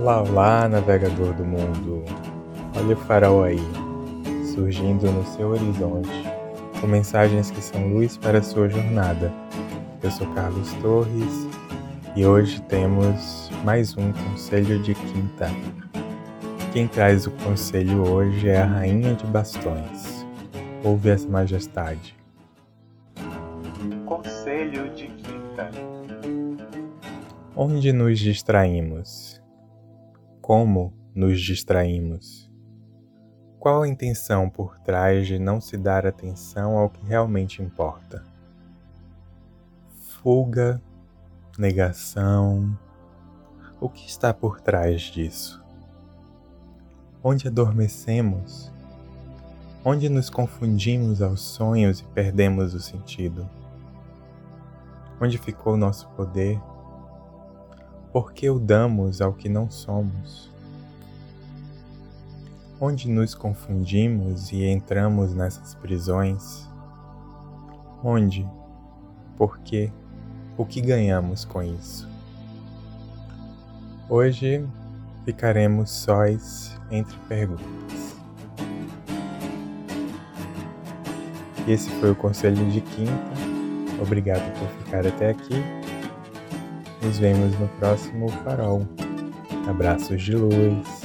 Olá, olá, navegador do mundo. Olha o farol aí, surgindo no seu horizonte, com mensagens que são luz para a sua jornada. Eu sou Carlos Torres e hoje temos mais um Conselho de Quinta. Quem traz o conselho hoje é a Rainha de Bastões. Ouve essa majestade. Conselho de Quinta. Onde nos distraímos? Como nos distraímos? Qual a intenção por trás de não se dar atenção ao que realmente importa? Fuga, negação. O que está por trás disso? Onde adormecemos? Onde nos confundimos aos sonhos e perdemos o sentido? Onde ficou nosso poder? Por que o damos ao que não somos? Onde nos confundimos e entramos nessas prisões? Onde? Por quê? O que ganhamos com isso? Hoje ficaremos sós entre perguntas. Esse foi o Conselho de Quinta. Obrigado por ficar até aqui. Nos vemos no próximo farol. Abraços de luz.